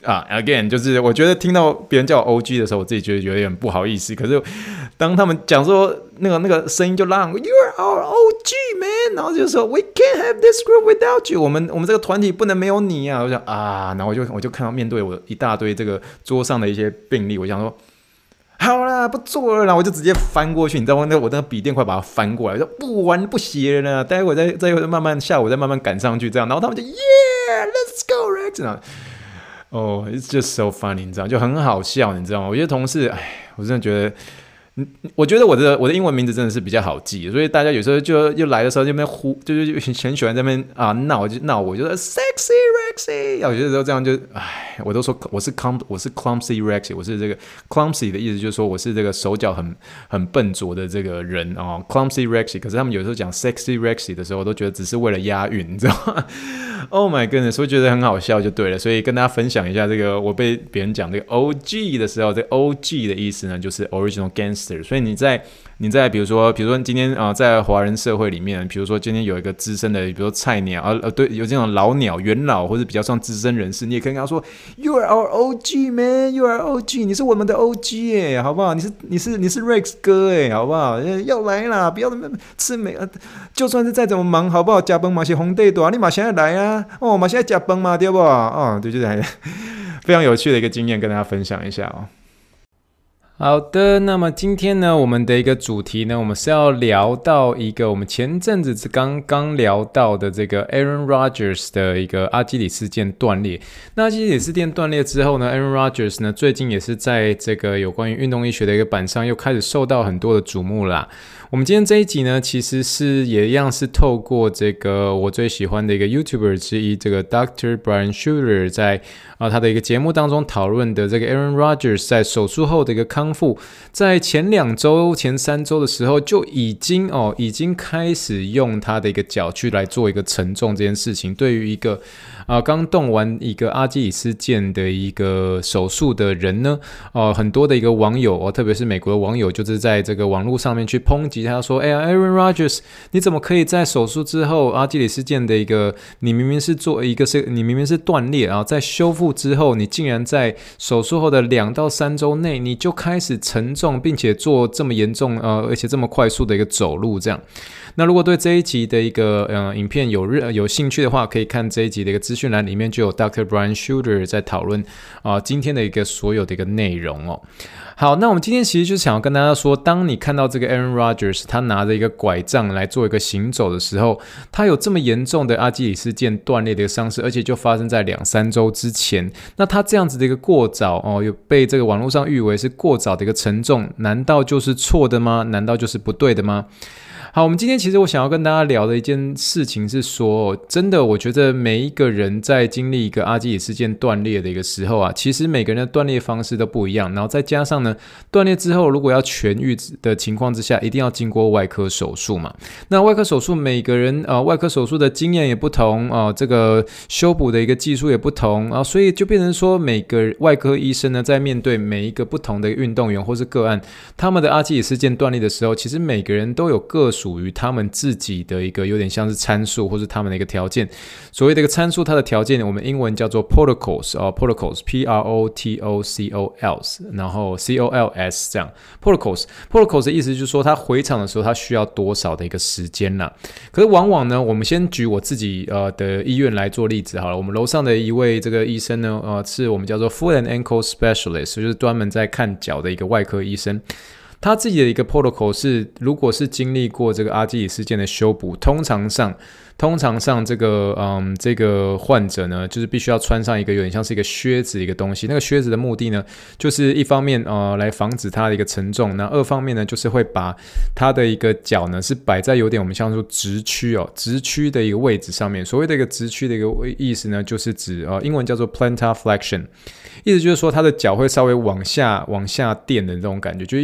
啊 ，again， 就是我觉得听到别人叫我 O G 的时候，我自己觉得有点不好意思。可是当他们讲说那个那个声音就让 You're our O G man， 然后就说 We can't have this group without you， 我们我们这个团体不能没有你啊！我想啊，然后我就我就看到面对我一大堆这个桌上的一些病历，我想说。好啦，不做了啦，我就直接翻过去，你知道吗？那我那个笔电快把它翻过来，我说不玩不写了啦，待会再再慢慢下午再慢慢赶上去，这样，然后他们就 Yeah，let's go Rex， 然后哦、oh, ，it's just so funny， 你知道，就很好笑，你知道吗？我觉得同事，哎，我真的觉得。我觉得我的我的英文名字真的是比较好记，所以大家有时候就又来的时候就那边呼，就是很喜欢在那边啊闹，就闹我，就说 sexy Rexy， 有些时候这样就，唉，我都说我是 clum 我是 clumsy Rexy， 我是这个 clumsy 的意思就是说我是这个手脚很很笨拙的这个人哦 ，clumsy Rexy。可是他们有时候讲 sexy Rexy 的时候，我都觉得只是为了押韵，你知道吗？Oh my goodness， 所以觉得很好笑就对了。所以跟大家分享一下这个我被别人讲这个 O G 的时候，这个 O G 的意思呢就是 original gangster。所以你在你在比如说比如说今天啊、呃、在华人社会里面，比如说今天有一个资深的，比如说菜鸟啊呃对有这种老鸟元老或者比较像资深人士，你也可以跟他说 You are our O G man, You are O G， 你是我们的 O G 耶，好不好？你是你是你是 Rex 哥哎，好不好？要来啦，不要吃美，就算是再怎么忙，好不好？加班嘛是红地多，你马现在来啊，哦马现在加班嘛对不？哦对，就是非常有趣的一个经验跟大家分享一下哦。好的，那么今天呢，我们的一个主题呢，我们是要聊到一个我们前阵子刚刚聊到的这个 Aaron Rodgers 的一个阿基里斯腱断裂。那阿基里斯腱断裂之后呢 ，Aaron Rodgers 呢最近也是在这个有关于运动医学的一个版上又开始受到很多的瞩目啦。我们今天这一集呢，其实是也一样是透过这个我最喜欢的一个 YouTuber 之一，这个 Doctor Brian Shooter 在啊他的一个节目当中讨论的这个 Aaron Rodgers 在手术后的一个康复，在前两周、前三周的时候就已经哦已经开始用他的一个脚去来做一个承重这件事情，对于一个啊刚动完一个阿基里斯腱的一个手术的人呢，哦、呃、很多的一个网友哦，特别是美国的网友，就是在这个网络上面去抨击。他说：“哎呀 ，Aaron Rodgers， 你怎么可以在手术之后，阿基里斯腱的一个，你明明是做一个是，你明明是断裂啊，在修复之后，你竟然在手术后的两到三周内，你就开始承重，并且做这么严重呃，而且这么快速的一个走路这样。”那如果对这一集的一个呃影片有有兴趣的话，可以看这一集的一个资讯栏里面就有 Doctor Brian Shooter 在讨论啊、呃、今天的一个所有的一个内容哦。好，那我们今天其实就是想要跟大家说，当你看到这个 Aaron Rodgers 他拿着一个拐杖来做一个行走的时候，他有这么严重的阿基里斯腱断裂的一个伤势，而且就发生在两三周之前。那他这样子的一个过早哦，有被这个网络上誉为是过早的一个承重，难道就是错的吗？难道就是不对的吗？好，我们今天其实我想要跟大家聊的一件事情是说，真的我觉得每一个人在经历一个阿基里斯腱断裂的一个时候啊，其实每个人的断裂方式都不一样，然后再加上呢，断裂之后如果要痊愈的情况之下，一定要经过外科手术嘛。那外科手术每个人呃外科手术的经验也不同啊、呃，这个修补的一个技术也不同啊，所以就变成说每个外科医生呢，在面对每一个不同的运动员或是个案，他们的阿基里斯腱断裂的时候，其实每个人都有各属于他们自己的一个有点像是参数，或是他们的一个条件。所谓的一个参数，它的条件我们英文叫做 protocols 哦 protocols P R O T O C O L S 然后 C O L S 这样 protocols protocols 的意思就是说，他回场的时候他需要多少的一个时间啦。可是往往呢，我们先举我自己呃的医院来做例子好了。我们楼上的一位这个医生呢，呃是我们叫做 foot and ankle specialist， 就是专门在看脚的一个外科医生。他自己的一个 protocol 是，如果是经历过这个阿基里斯腱的修补，通常上通常上这个嗯这个患者呢，就是必须要穿上一个有点像是一个靴子的一个东西。那个靴子的目的呢，就是一方面呃来防止它的一个承重，那二方面呢，就是会把他的一个脚呢是摆在有点我们像说直屈哦直屈的一个位置上面。所谓的一个直屈的一个意思呢，就是指呃英文叫做 plantar flexion， 意思就是说他的脚会稍微往下往下垫的这种感觉，就意思就有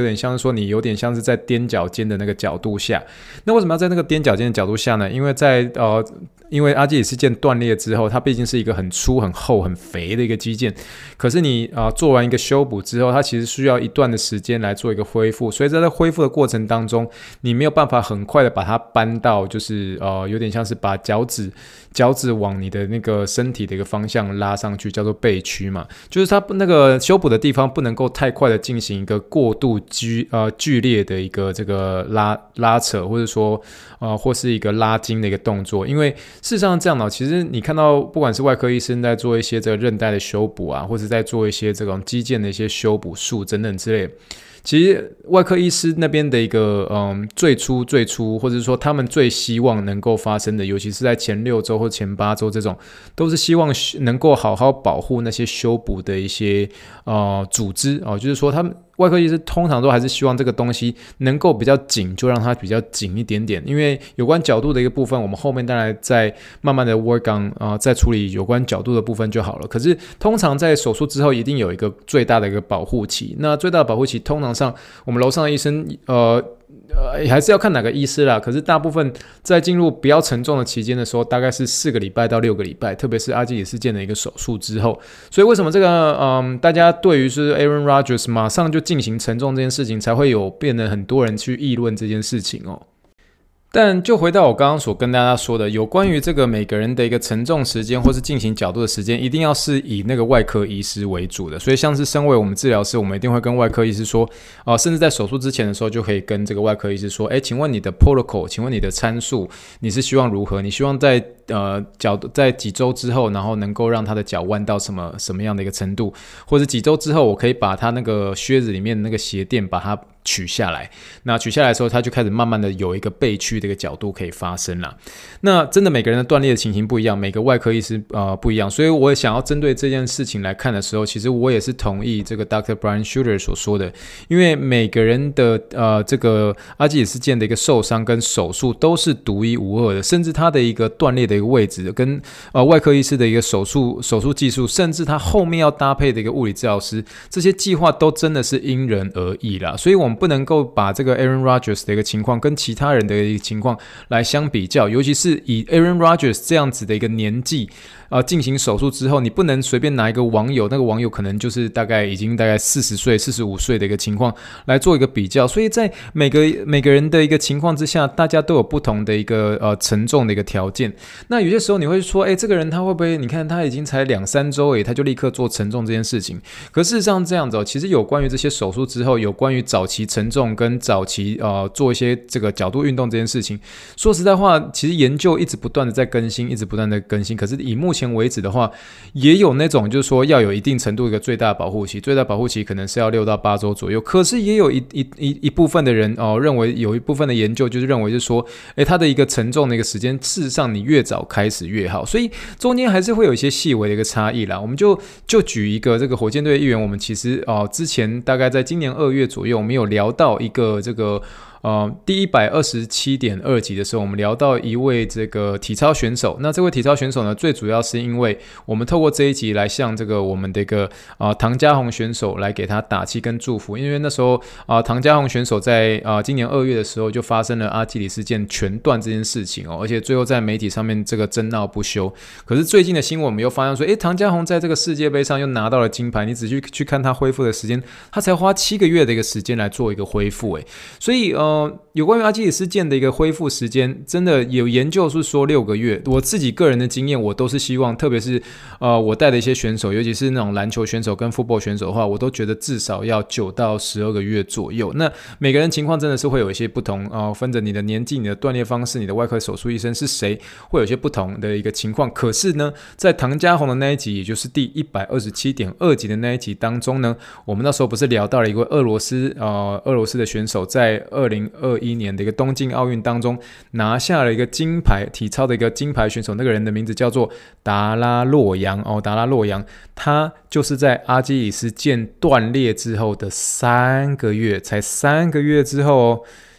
点像是说你有点像是在踮脚尖的那个角度下。那为什么要在那个踮脚尖的角度下呢？因为在呃。因为阿基里斯腱断裂之后，它毕竟是一个很粗、很厚、很肥的一个肌腱，可是你啊、呃、做完一个修补之后，它其实需要一段的时间来做一个恢复，所以在这恢复的过程当中，你没有办法很快的把它搬到，就是呃有点像是把脚趾脚趾往你的那个身体的一个方向拉上去，叫做背屈嘛，就是它那个修补的地方不能够太快的进行一个过度剧呃剧烈的一个这个拉拉扯，或者说呃或是一个拉筋的一个动作，因为事实上这样呢，其实你看到不管是外科医生在做一些这个韧带的修补啊，或者在做一些这种肌腱的一些修补术等等之类的，其实外科医师那边的一个嗯最初最初，或者说他们最希望能够发生的，尤其是在前六周或前八周这种，都是希望能够好好保护那些修补的一些呃组织哦，就是说他们。外科医师通常都还是希望这个东西能够比较紧，就让它比较紧一点点。因为有关角度的一个部分，我们后面当然再慢慢的 work on 啊、呃，再处理有关角度的部分就好了。可是通常在手术之后，一定有一个最大的一个保护期。那最大的保护期，通常上我们楼上的医生，呃。呃，还是要看哪个医师啦。可是大部分在进入比较沉重的期间的时候，大概是四个礼拜到六个礼拜，特别是阿基里斯腱的一个手术之后。所以为什么这个嗯，大家对于是 Aaron Rodgers 马上就进行沉重这件事情，才会有变得很多人去议论这件事情哦。但就回到我刚刚所跟大家说的，有关于这个每个人的一个承重时间或是进行角度的时间，一定要是以那个外科医师为主的。所以像是身为我们治疗师，我们一定会跟外科医师说，呃，甚至在手术之前的时候就可以跟这个外科医师说，哎，请问你的 protocol， 请问你的参数，你是希望如何？你希望在呃脚在几周之后，然后能够让他的脚弯到什么什么样的一个程度，或者几周之后，我可以把他那个靴子里面的那个鞋垫把它取下来。那取下来的时候，他就开始慢慢的有一个背屈的一个角度可以发生啦。那真的每个人的断裂的情形不一样，每个外科医师呃不一样，所以我也想要针对这件事情来看的时候，其实我也是同意这个 Doctor Brian Shooter 所说的，因为每个人的呃这个阿基里斯腱的一个受伤跟手术都是独一无二的，甚至他的一个断裂的一个位置跟呃外科医师的一个手术手术技术，甚至他后面要搭配的一个物理治疗师，这些计划都真的是因人而异啦。所以我们不能够把这个 Aaron Rodgers 的一个情况跟其他人的一个情况来相比较，尤其是以 Aaron Rodgers 这样子的一个年纪呃，进行手术之后，你不能随便拿一个网友，那个网友可能就是大概已经大概四十岁、四十五岁的一个情况来做一个比较。所以在每个每个人的一个情况之下，大家都有不同的一个呃沉重的一个条件。那有些时候你会说，哎，这个人他会不会？你看他已经才两三周，哎，他就立刻做沉重这件事情。可事实上这样子哦，其实有关于这些手术之后，有关于早期沉重跟早期呃做一些这个角度运动这件事情，说实在话，其实研究一直不断的在更新，一直不断的更新。可是以目前为止的话，也有那种就是说要有一定程度一个最大保护期，最大保护期可能是要六到八周左右。可是也有一一一一部分的人哦，认为有一部分的研究就是认为就是说，哎，它的一个沉重的一个时间，事实上你越早开始越好，所以中间还是会有一些细微的一个差异啦。我们就就举一个这个火箭队的议员，我们其实哦之前大概在今年二月左右，我们有聊到一个这个。呃，第一百二十七点二集的时候，我们聊到一位这个体操选手。那这位体操选手呢，最主要是因为我们透过这一集来向这个我们的一个啊、呃、唐家宏选手来给他打气跟祝福，因为那时候啊、呃、唐家宏选手在啊、呃、今年二月的时候就发生了阿基里斯腱全断这件事情哦，而且最后在媒体上面这个争闹不休。可是最近的新闻我们又发现说，诶，唐家宏在这个世界杯上又拿到了金牌，你仔细去看他恢复的时间，他才花七个月的一个时间来做一个恢复，诶，所以呃。呃，有关于阿基里斯腱的一个恢复时间，真的有研究是说六个月。我自己个人的经验，我都是希望，特别是呃，我带的一些选手，尤其是那种篮球选手跟 football 选手的话，我都觉得至少要九到十二个月左右。那每个人情况真的是会有一些不同啊、呃，分着你的年纪、你的断裂方式、你的外科手术医生是谁，会有一些不同的一个情况。可是呢，在唐家宏的那一集，也就是第一百二十七点二集的那一集当中呢，我们那时候不是聊到了一位俄罗斯呃俄罗斯的选手在二零二一年的一个东京奥运当中拿下了一个金牌，体操的一个金牌选手，那个人的名字叫做达拉洛扬哦，达拉洛扬，他就是在阿基里斯腱断裂之后的三个月，才三个月之后哦，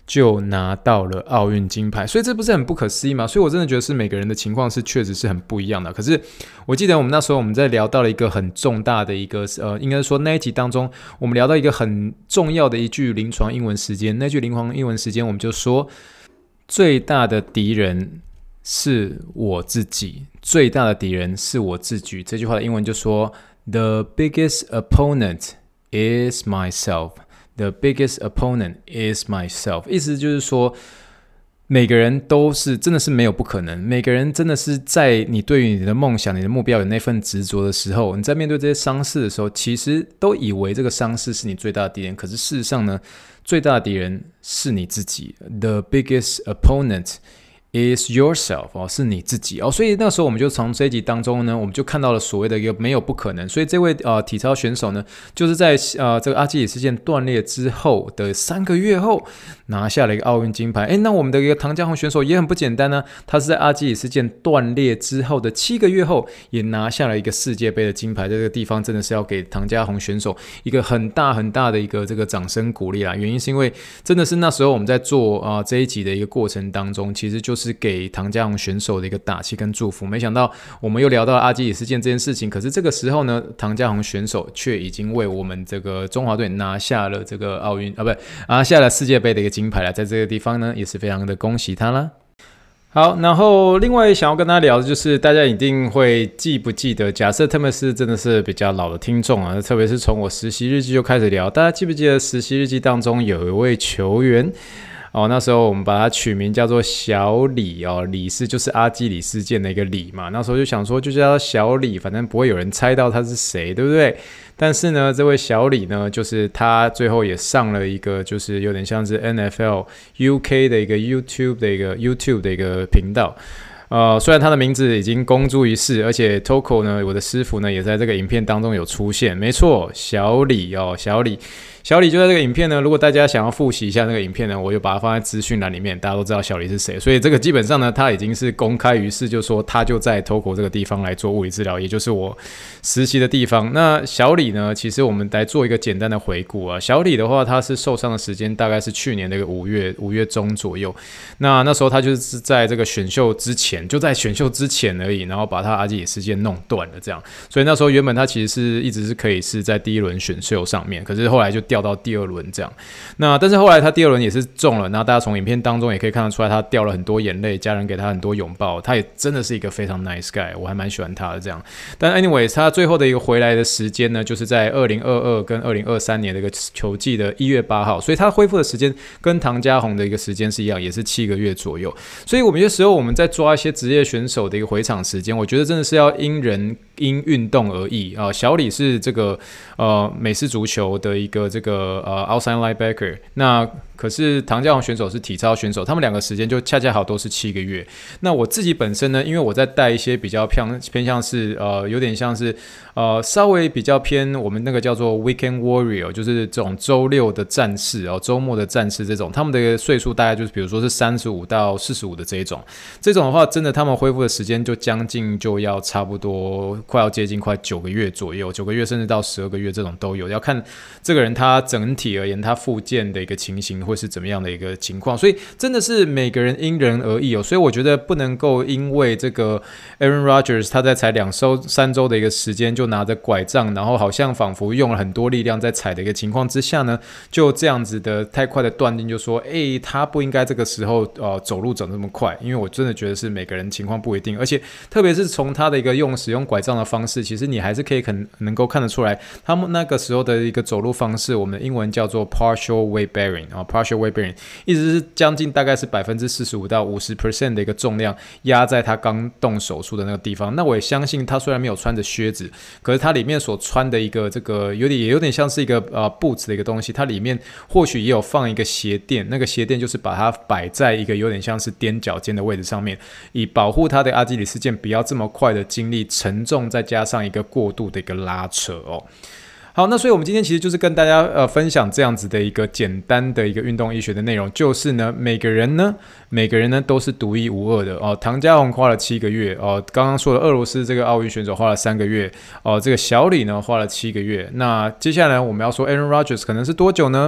就拿到了奥运金牌，所以这不是很不可思议吗？所以我真的觉得是每个人的情况是确实是很不一样的。可是我记得我们那时候我们在聊到了一个很重大的一个呃，应该说那一集当中，我们聊到一个很重要的一句临床英文时间，那句临床英文时间我们就说，最大的敌人是我自己，最大的敌人是我自己。这句话的英文就说 The biggest opponent is myself。The biggest opponent is myself， 意思就是说，每个人都是真的是没有不可能，每个人真的是在你对于你的梦想、你的目标有那份执着的时候，你在面对这些伤势的时候，其实都以为这个伤势是你最大的敌人，可是事实上呢，最大的敌人是你自己。The biggest opponent is yourself 哦，是你自己哦，所以那时候我们就从这一集当中呢，我们就看到了所谓的一个没有不可能。所以这位呃体操选手呢，就是在呃这个阿基里斯腱断裂之后的三个月后拿下了一个奥运金牌。诶，那我们的一个唐嘉宏选手也很不简单呢，他是在阿基里斯腱断裂之后的七个月后也拿下了一个世界杯的金牌。这个地方真的是要给唐嘉宏选手一个很大很大的一个这个掌声鼓励啦。原因是因为真的是那时候我们在做啊、呃、这一集的一个过程当中，其实就是是给唐嘉宏选手的一个打气跟祝福。没想到我们又聊到了阿基里斯腱这件事情，可是这个时候呢，唐嘉宏选手却已经为我们这个中华队拿下了这个奥运啊，不拿下了世界杯的一个金牌了。在这个地方呢，也是非常的恭喜他啦。好，然后另外想要跟大家聊的就是，大家一定会记不记得，假设他们是真的是比较老的听众啊，特别是从我实习日记就开始聊，大家记不记得实习日记当中有一位球员？哦，那时候我们把它取名叫做小李哦，李是就是阿基里斯腱的一个李嘛，那时候就想说就叫他小李，反正不会有人猜到他是谁，对不对？但是呢，这位小李呢，就是他最后也上了一个，就是有点像是 N F L U K 的一个 YouTube 的一个 YouTube 的一个频道。呃，虽然他的名字已经公诸于世，而且 Toko 呢，我的师傅呢，也在这个影片当中有出现。没错，小李哦，小李。小李就在这个影片呢，如果大家想要复习一下那个影片呢，我就把它放在资讯栏里面，大家都知道小李是谁，所以这个基本上呢，他已经是公开于世，就说他就在 Toko 这个地方来做物理治疗，也就是我实习的地方。那小李呢，其实我们来做一个简单的回顾啊。小李的话，他是受伤的时间大概是去年的一个五月五月中左右，那那时候他就是在这个选秀之前，就在选秀之前而已，然后把他阿基里斯腱弄断了这样，所以那时候原本他其实是一直是可以是在第一轮选秀上面，可是后来就掉到第二轮这样。那但是后来他第二轮也是中了，那大家从影片当中也可以看得出来，他掉了很多眼泪，家人给他很多拥抱，他也真的是一个非常 nice guy， 我还蛮喜欢他的这样。但 anyway， 他最后的一个回来的时间呢，就是在二零二二跟二零二三年的一个球季的一月八号，所以他恢复的时间跟唐嘉宏的一个时间是一样，也是七个月左右。所以我们有时候我们在抓一些职业选手的一个回场时间，我觉得真的是要因人因运动而异啊。小李是这个呃美式足球的一个这个呃 outside linebacker， 那可是唐嘉宏选手是体操选手，他们两个时间就恰恰好都是七个月。那我自己本身呢，因为我在带一些比较偏偏向是呃有点像是呃稍微比较偏我们那个叫做 weekend warrior， 就是这种周六的战士哦，周末的战士这种，他们的岁数大概就是比如说是三十五到四十五的这一种，这种的话，真的他们恢复的时间就将近就要差不多快要接近快九个月左右，九个月甚至到十二个月这种都有，要看这个人他整体而言他复健的一个情形会是怎么样的一个情况，所以真的是每个人因人而异哦。所以我觉得不能够因为这个 Aaron Rodgers 他在才两周三周的一个时间就拿着拐杖，然后好像仿佛用了很多力量在踩的一个情况之下呢，就这样子的太快的断定就说，哎、欸，他不应该这个时候呃走路走那么快，因为我真的觉得是每个人情况不一定，而且特别是从他的一个用使用拐杖的方式，其实你还是可以很能够看得出来，他们那个时候的一个走路方式，我们的英文叫做 partial weight bearing 啊 ，partial weight bearing， 意思是将近大概是百分之四十五到五十 percent 的一个重量压在他刚动手术的那个地方。那我也相信他虽然没有穿着靴子，可是他里面所穿的一个这个有点也有点像是一个呃 boots 的一个东西，它里面或许也有放一个鞋垫，那个鞋垫就是把它摆在一个有点像是踮脚尖的位置上面，以保护他的阿基里斯腱不要这么快的经历沉重，再加上一个过度的一个拉扯哦。好，那所以我们今天其实就是跟大家呃分享这样子的一个简单的一个运动医学的内容，就是呢每个人呢每个人呢都是独一无二的哦。唐嘉宏花了七个月哦，刚刚说的俄罗斯这个奥运选手花了三个月哦，这个小李呢花了七个月。那接下来我们要说 Aaron Rodgers 可能是多久呢？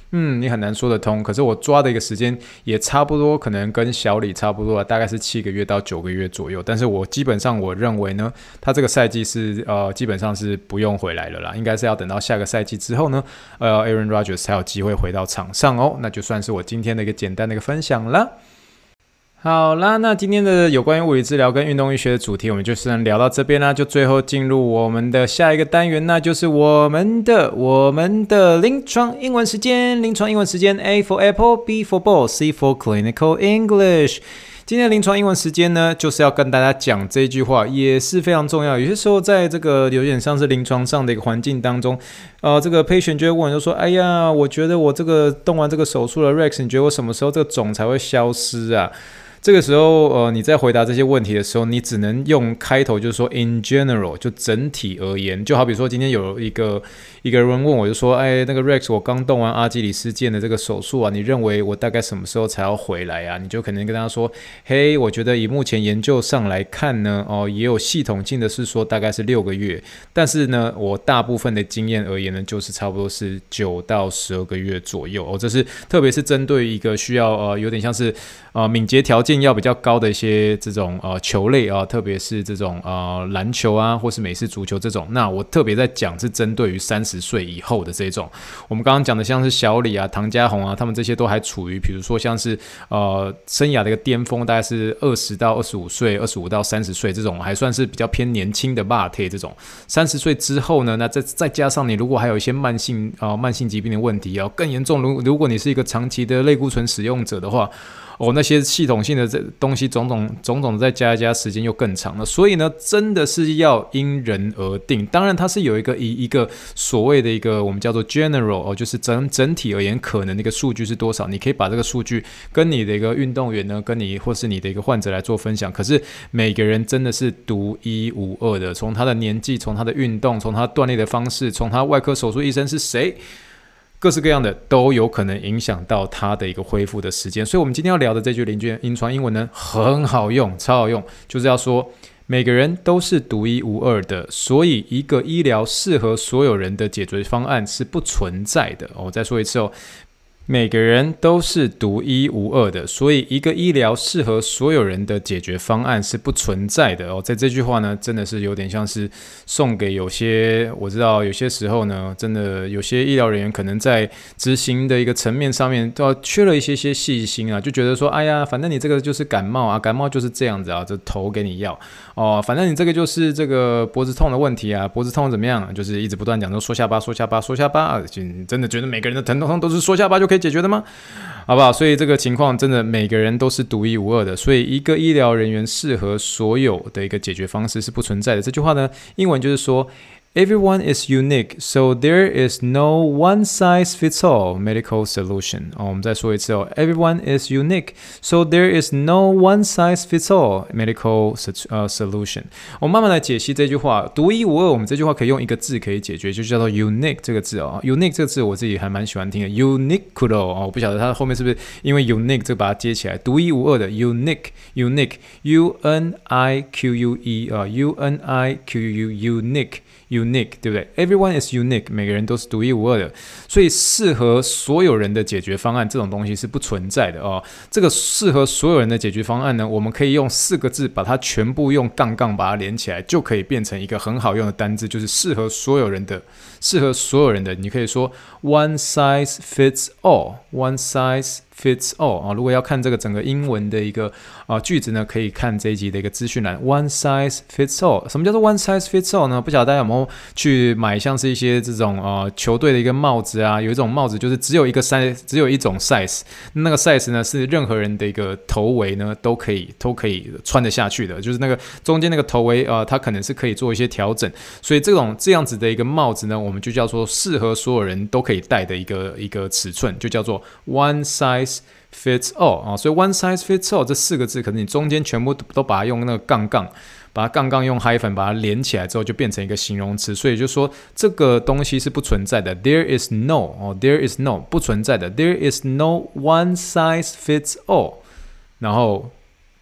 嗯，你很难说得通。可是我抓的一个时间也差不多，可能跟小李差不多，大概是七个月到九个月左右。但是我基本上我认为呢，他这个赛季是呃基本上是不用回来了啦，应该是要等到下个赛季之后呢，呃 ，Aaron Rodgers 才有机会回到场上哦。那就算是我今天的一个简单的一个分享啦。好啦，那今天的有关于物理治疗跟运动医学的主题，我们就先聊到这边啦。就最后进入我们的下一个单元，那就是我们的我们的临床英文时间。临床英文时间 ，A for Apple，B for Ball，C for Clinical English。今天的临床英文时间呢，就是要跟大家讲这句话，也是非常重要。有些时候在这个有点像是临床上的一个环境当中，呃，这个 patient 就会问，就说：“哎呀，我觉得我这个动完这个手术了 ，Rex， 你觉得我什么时候这个肿才会消失啊？”这个时候，呃，你在回答这些问题的时候，你只能用开头，就是说 in general， 就整体而言，就好比说今天有一个一个人问我，就说，哎，那个 Rex， 我刚动完阿基里斯腱的这个手术啊，你认为我大概什么时候才要回来啊？你就可能跟他说，嘿，我觉得以目前研究上来看呢，哦，也有系统性的是说大概是六个月，但是呢，我大部分的经验而言呢，就是差不多是九到十二个月左右哦，这是特别是针对一个需要呃有点像是呃敏捷条件要比较高的一些这种呃球类啊，特别是这种呃篮球啊，或是美式足球这种。那我特别在讲是针对于三十岁以后的这种。我们刚刚讲的像是小李啊、唐家宏啊，他们这些都还处于，比如说像是呃生涯的一个巅峰，大概是二十到二十五岁、二十五到三十岁这种，还算是比较偏年轻的霸体这种。三十岁之后呢，那再再加上你如果还有一些慢性啊、呃、慢性疾病的问题啊，更严重。如如果你是一个长期的类固醇使用者的话。哦，那些系统性的这东西种种种种再加一加，时间又更长了。所以呢，真的是要因人而定。当然，它是有一个以一个所谓的一个我们叫做 general 哦，就是整整体而言可能的一个数据是多少，你可以把这个数据跟你的一个运动员呢，跟你或是你的一个患者来做分享。可是每个人真的是独一无二的，从他的年纪，从他的运动，从他锻炼的方式，从他外科手术医生是谁。各式各样的都有可能影响到他的一个恢复的时间，所以我们今天要聊的这句临床英文呢，很好用，超好用，就是要说每个人都是独一无二的，所以一个医疗适合所有人的解决方案是不存在的。我再说一次哦。每个人都是独一无二的，所以一个医疗适合所有人的解决方案是不存在的哦。在这句话呢，真的是有点像是送给有些我知道有些时候呢，真的有些医疗人员可能在执行的一个层面上面都要缺了一些些细心啊，就觉得说，哎呀，反正你这个就是感冒啊，感冒就是这样子啊，这头给你要哦，反正你这个就是这个脖子痛的问题啊，脖子痛怎么样？就是一直不断讲说缩下巴、缩下巴、缩下巴啊，真的觉得每个人的疼痛都是缩下巴就可以解决的吗？好不好？所以这个情况真的每个人都是独一无二的，所以一个医疗人员适合所有的一个解决方式是不存在的。这句话呢，英文就是说 Everyone is unique, so there is no one-size-fits-all medical solution. 哦，我们再说一次哦 ，Everyone is unique, so there is no one-size-fits-all medical solution. 我们慢慢来解析这句话，独一无二。我们这句话可以用一个字可以解决，就叫做 unique 这个字哦。unique 这个字我自己还蛮喜欢听的 ，uniqlo 哦，我不晓得它后面是不是因为 unique 这个把它接起来，独一无二的 unique，unique，u n i q u e 啊 ，u n i q u e unique。unique 对不对 ？Everyone is unique， 每个人都是独一无二的，所以适合所有人的解决方案这种东西是不存在的哦。这个适合所有人的解决方案呢，我们可以用四个字把它全部用杠杠把它连起来，就可以变成一个很好用的单字，就是适合所有人的，适合所有人的。你可以说 one size fits all，one size。fits all 啊，如果要看这个整个英文的一个啊句子呢，可以看这一集的一个资讯栏。One size fits all， 什么叫做 one size fits all 呢？不晓得大家有没有去买像是一些这种呃球队的一个帽子啊？有一种帽子就是只有一个 size， 只有一种 size， 那个 size 呢是任何人的一个头围呢都可以都可以穿得下去的，就是那个中间那个头围呃，它可能是可以做一些调整，所以这种这样子的一个帽子呢，我们就叫做适合所有人都可以戴的一个一个尺寸，就叫做 one size。fits all 啊，所以 one size fits all 这四个字，可能你中间全部都把它用那个杠杠，把它杠杠用 hyphen 把它连起来之后，就变成一个形容词。所以就说这个东西是不存在的 ，there is no 哦 ，there is no 不存在的 ，there is no one size fits all。然后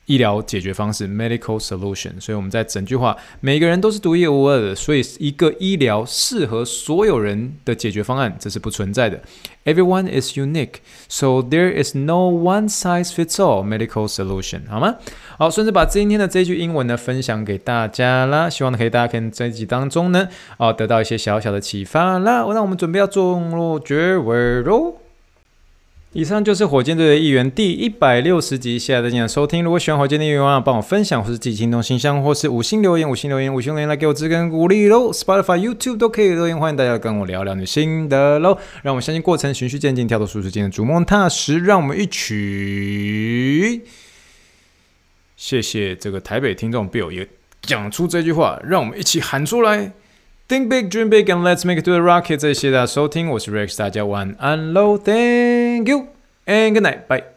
医疗解决方式 medical solution， 所以我们在整句话每个人都是独一无二的，所以一个医疗适合所有人的解决方案这是不存在的。 Everyone is unique, so there is no one size fits all medical solution， 好吗？好，顺势把今天的这句英文呢分享给大家啦，希望可以大家可以在这一集当中呢、哦、得到一些小小的启发啦。那我们准备要做落结尾喽。以上就是火箭队的一员第一百六十集，谢谢大家的收听。如果喜欢火箭队的话，帮我分享或是寄心动信箱，或是五星留言，五星留言，五星留言来给我支跟鼓励喽。Spotify、YouTube 都可以留言，欢迎大家跟我聊聊你心得喽。让我相信过程循序渐进，跳脱舒适圈的逐梦踏实。让我们一起，谢谢这个台北听众 Bill 也讲出这句话，让我们一起喊出来。Think big, dream big, and let's make it to the rocket. 谢谢大家收听，我是 Rex， 大家晚安喽 ，Thank you and good night, bye.